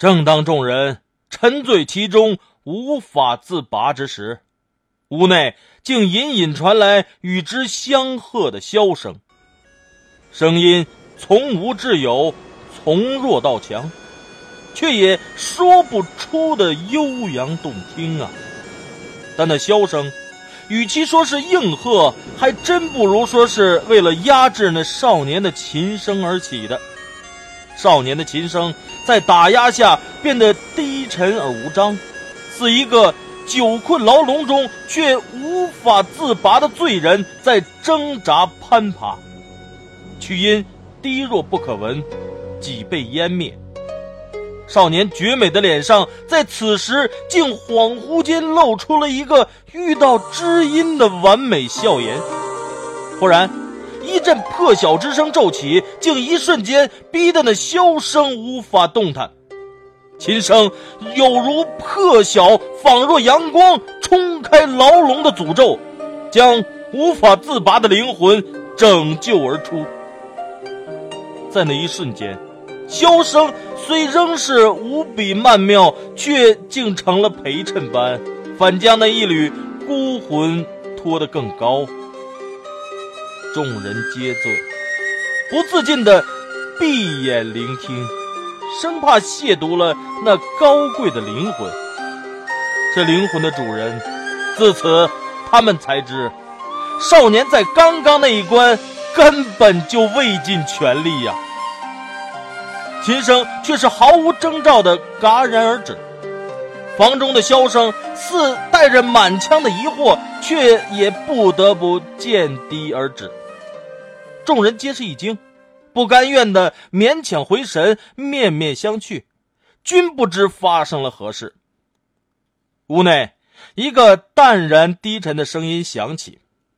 正当众人沉醉其中无法自拔之时，屋内竟隐隐传来与之相和的箫声，声音从无至有，从弱到强，却也说不出的悠扬动听啊。但那箫声与其说是应和，还真不如说是为了压制那少年的琴声而起的。少年的琴声在打压下变得低沉而无章，似一个久困牢笼中却无法自拔的罪人在挣扎攀爬，曲音低弱不可闻，几被湮灭。少年绝美的脸上在此时竟恍惚间露出了一个遇到知音的完美笑颜。忽然一阵破晓之声骤起，竟一瞬间逼得那箫声无法动弹。琴声有如破晓，仿若阳光冲开牢笼的诅咒，将无法自拔的灵魂拯救而出。在那一瞬间，箫声虽仍是无比曼妙，却竟成了陪衬般，反将那一缕孤魂拖得更高。众人皆醉，不自禁地闭眼聆听，生怕亵渎了那高贵的灵魂。这灵魂的主人，自此他们才知，少年在刚刚那一关根本就未尽全力呀。琴声却是毫无征兆地戛然而止，房中的箫声似带着满腔的疑惑，却也不得不渐低而止。众人皆是一惊，不甘愿地勉强回神，面面相觑，均不知发生了何事。屋内一个淡然低沉的声音响起：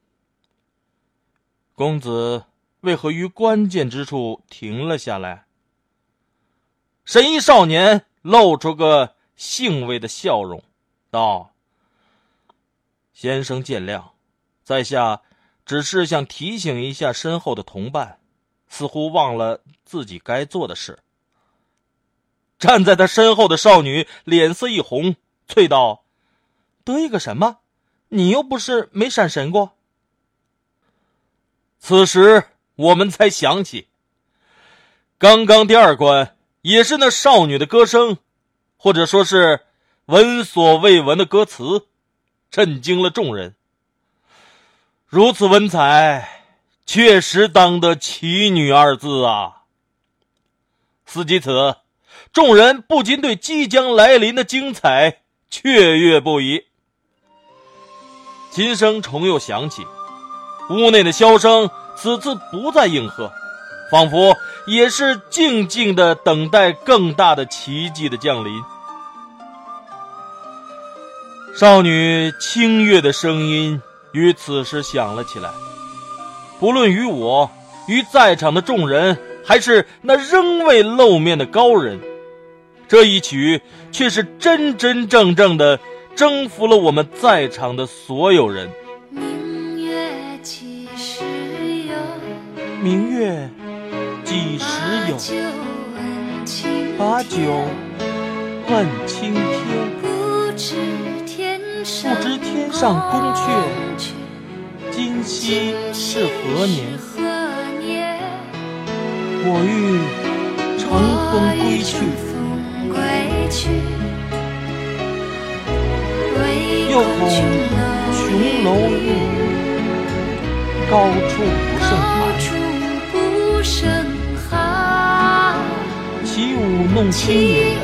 公子为何于关键之处停了下来？神医少年露出个欣慰的笑容，道：先生见谅，在下只是想提醒一下身后的同伴，似乎忘了自己该做的事。站在他身后的少女脸色一红，啐道：得意个什么？你又不是没闪神过。此时我们才想起，刚刚第二关也是那少女的歌声，或者说是闻所未闻的歌词，震惊了众人。如此文采，确实当得奇女二字啊。思及此，众人不禁对即将来临的精彩雀跃不已。琴声重又响起，屋内的箫声此次不再应和，仿佛也是静静地等待更大的奇迹的降临。少女清悦的声音于此时响了起来，不论于我，于在场的众人，还是那仍未露面的高人，这一曲却是真真正正的征服了我们在场的所有人。 明月几时有？ 明月几时有？把酒问青天。 不知天上宫阙， 今夕是何年？我欲乘风归去，又恐琼楼玉宇，高处不胜寒。起舞弄清影，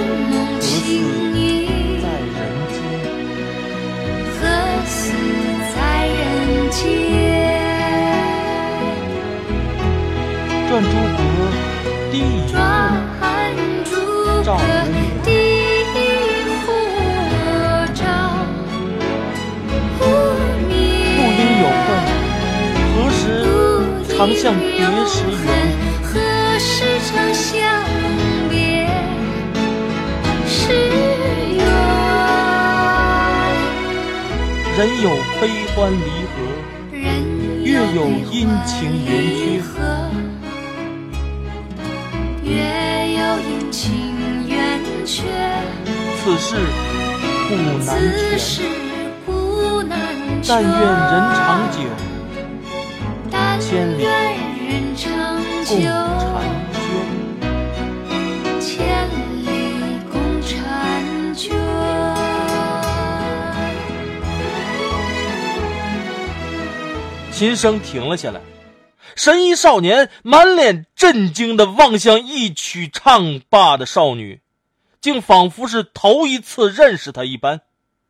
何似在人间？转朱阁，低绮照不应有恨，何时长向别时圆？ 何时长向别时圆？ 人有悲欢离合，月有阴晴圆缺。 月有阴晴圆却， 此事古难全。 此事古难全。 但愿人长久， 但千里愿人长共久， 婵娟。 千里共婵娟。 琴声停了下来，神医少年满脸震惊地望向一曲唱罢的少女，竟仿佛是头一次认识她一般。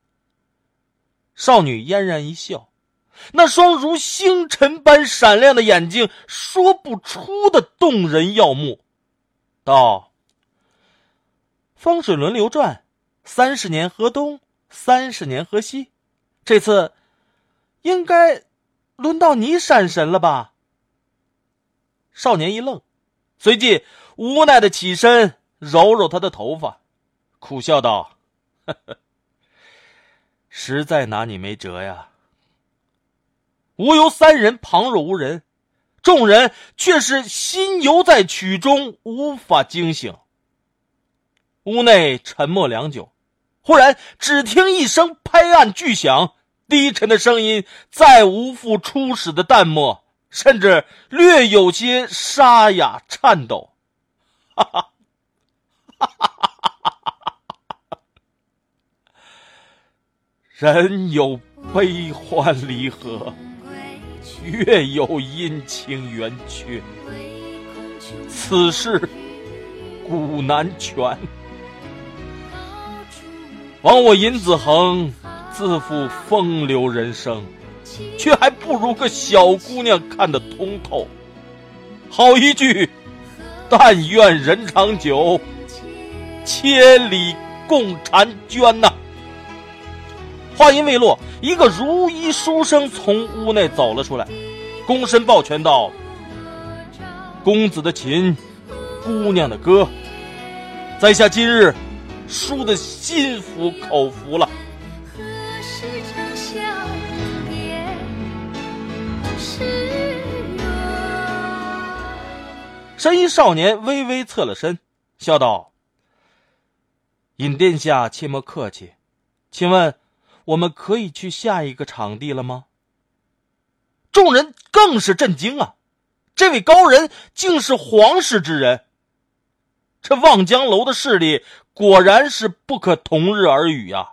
少女嫣然一笑，那双如星辰般闪亮的眼睛说不出的动人耀目，道：风水轮流转，30年河东，30年河西，这次应该轮到你闪神了吧？少年一愣，随即无奈的起身揉揉他的头发，苦笑道：呵呵，实在拿你没辙呀。无由三人旁若无人，众人却是心游在曲中，无法惊醒。屋内沉默良久，忽然只听一声拍案巨响，低沉的声音再无复初始的淡漠，甚至略有些沙哑颤抖。哈哈，哈哈哈哈！人有悲欢离合，月有阴晴圆缺，此事古难全。枉我尹子恒自负风流人生，却还不如个小姑娘看得通透。好一句但愿人长久，千里共婵娟呐！话音未落，一个如衣书生从屋内走了出来，躬身抱拳道：公子的琴，姑娘的歌，在下今日输得心服口服了。 何时长相别时若。 神医少年微微侧了身，笑道：尹殿下切莫客气，请问我们可以去下一个场地了吗？众人更是震惊啊，这位高人竟是皇室之人。这望江楼的势力果然是不可同日而语啊。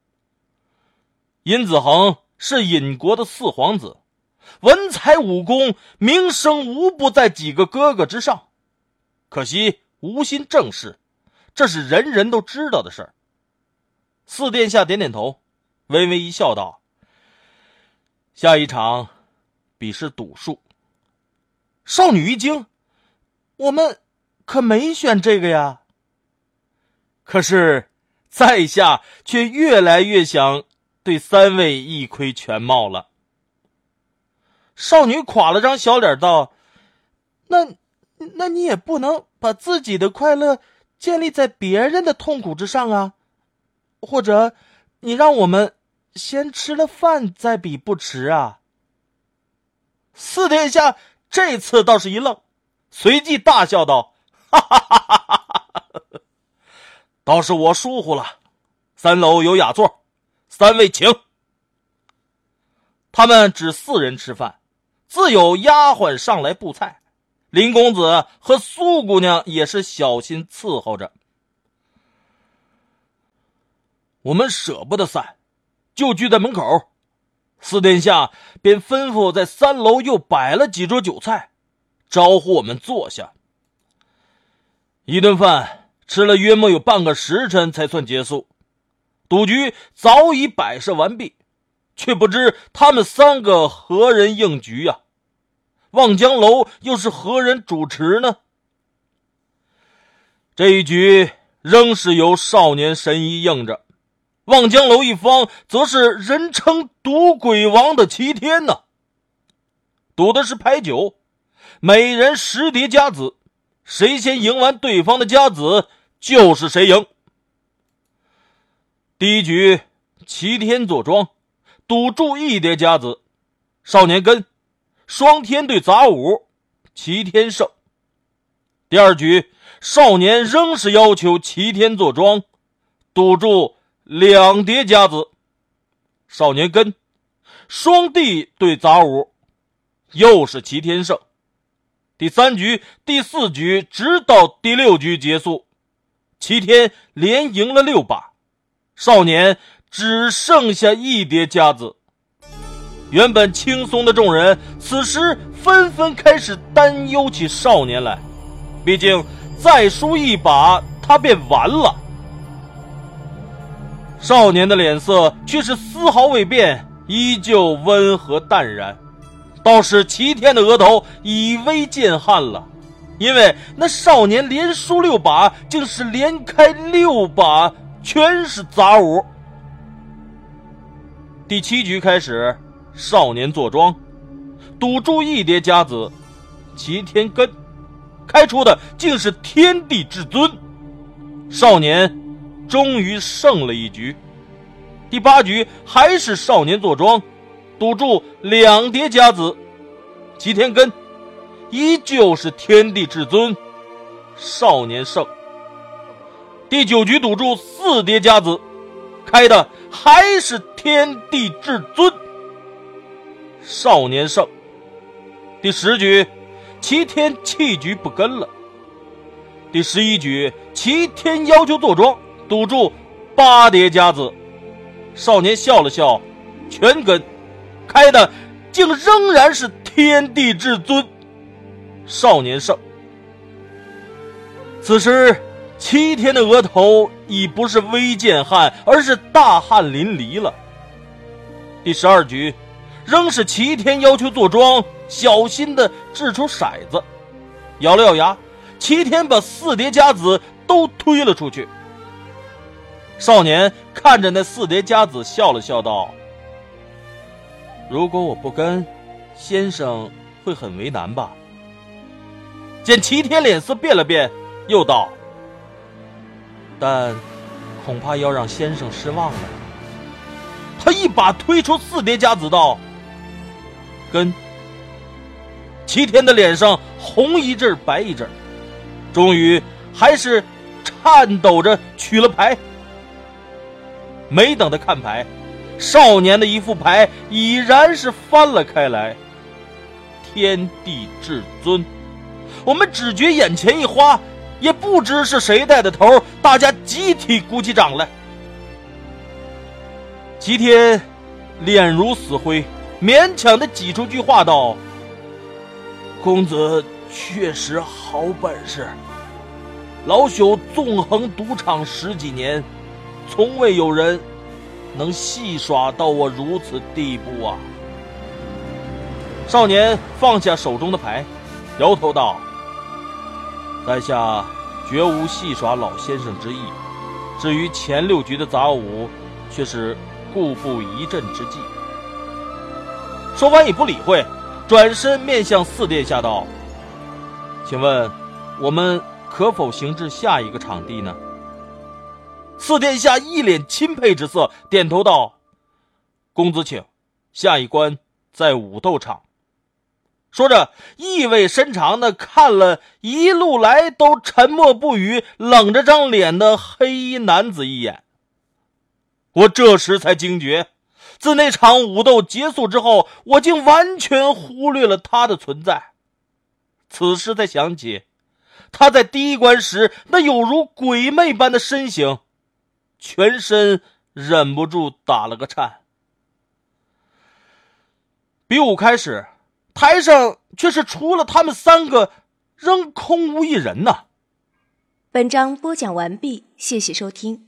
尹子恒是尹国的4皇子，文才武功名声无不在几个哥哥之上，可惜无心正事，这是人人都知道的事儿。四殿下点点头，微微一笑道：下一场比试赌术。少女一惊：我们可没选这个呀。可是在下却越来越想对3位一窥全貌了。少女垮了张小脸道：那你也不能把自己的快乐建立在别人的痛苦之上啊，或者你让我们先吃了饭再比不迟啊。四殿下这次倒是一愣，随即大笑道：哈哈哈哈哈哈，倒是我疏忽了，3楼有雅座，3位请。他们只4人吃饭，自有丫鬟上来布菜，林公子和苏姑娘也是小心伺候着。我们舍不得散，就聚在门口。四殿下便吩咐在3楼又摆了几桌酒菜，招呼我们坐下。一顿饭吃了约莫有半个时辰才算结束，赌局早已摆设完毕，却不知他们3个何人应局啊？望江楼又是何人主持呢？这一局仍是由少年神医应着，望江楼一方则是人称赌鬼王的齐天呢。赌的是牌九，每人10叠夹子，谁先赢完对方的夹子就是谁赢。第一局齐天坐庄，赌注1叠夹子，少年跟双天对杂五，齐天胜。第二局少年仍是要求齐天坐庄，赌注2叠夹子。少年跟，双地对杂五，又是齐天胜。第3局、第4局直到第6局结束，齐天连赢了6把，少年只剩下1叠夹子。原本轻松的众人此时纷纷开始担忧起少年来，毕竟再输1把他便完了。少年的脸色却是丝毫未变，依旧温和淡然，倒是齐天的额头已微见汗了，因为那少年连输6把，竟是连开6把全是杂五。第7局开始，少年坐庄，赌注1叠夹子，齐天跟，开出的竟是天地至尊。少年终于胜了1局。第8局还是少年坐庄，赌注2叠夹子，齐天跟，依旧是天地至尊，少年胜。第9局赌注4叠夹子，开的还是天地至尊，少年胜。第10局齐天弃局不跟了。第11局齐天要求坐庄，赌注8叠夹子，少年笑了笑，全跟，开的竟仍然是天地至尊，少年胜。此时齐天的额头已不是微见汗，而是大汗淋漓了。第12局仍是齐天要求坐庄，小心地掷出骰子，咬了咬牙，齐天把4叠夹子都推了出去。少年看着那4叠夹子笑了笑道：如果我不跟，先生会很为难吧？见齐天脸色变了变，又道：但恐怕要让先生失望了。他一把推出4叠夹子道：跟。齐天的脸上红一阵白一阵，终于还是颤抖着取了牌。没等他看牌，少年的一副牌已然是翻了开来，天地至尊。我们只觉眼前一花，也不知是谁带的头，大家集体鼓起掌来。齐天脸如死灰，勉强地挤出句话道：公子确实好本事，老朽纵横赌场10几年，从未有人能戏耍到我如此地步啊。少年放下手中的牌，摇头道：在下绝无戏耍老先生之意，至于前6局的杂五，却是故布一阵之计。说完也不理会，转身面向4殿下道：请问我们可否行至下一个场地呢？4殿下一脸钦佩之色，点头道：公子请，下一关在武斗场。说着意味深长地看了一路来都沉默不语，冷着张脸的黑衣男子一眼。我这时才惊觉，自那场武斗结束之后，我竟完全忽略了他的存在。此时才想起，他在第1关时那有如鬼魅般的身形，全身忍不住打了个颤。比武开始，台上却是除了他们3个，仍空无一人呐。 本章播讲完毕，谢谢收听。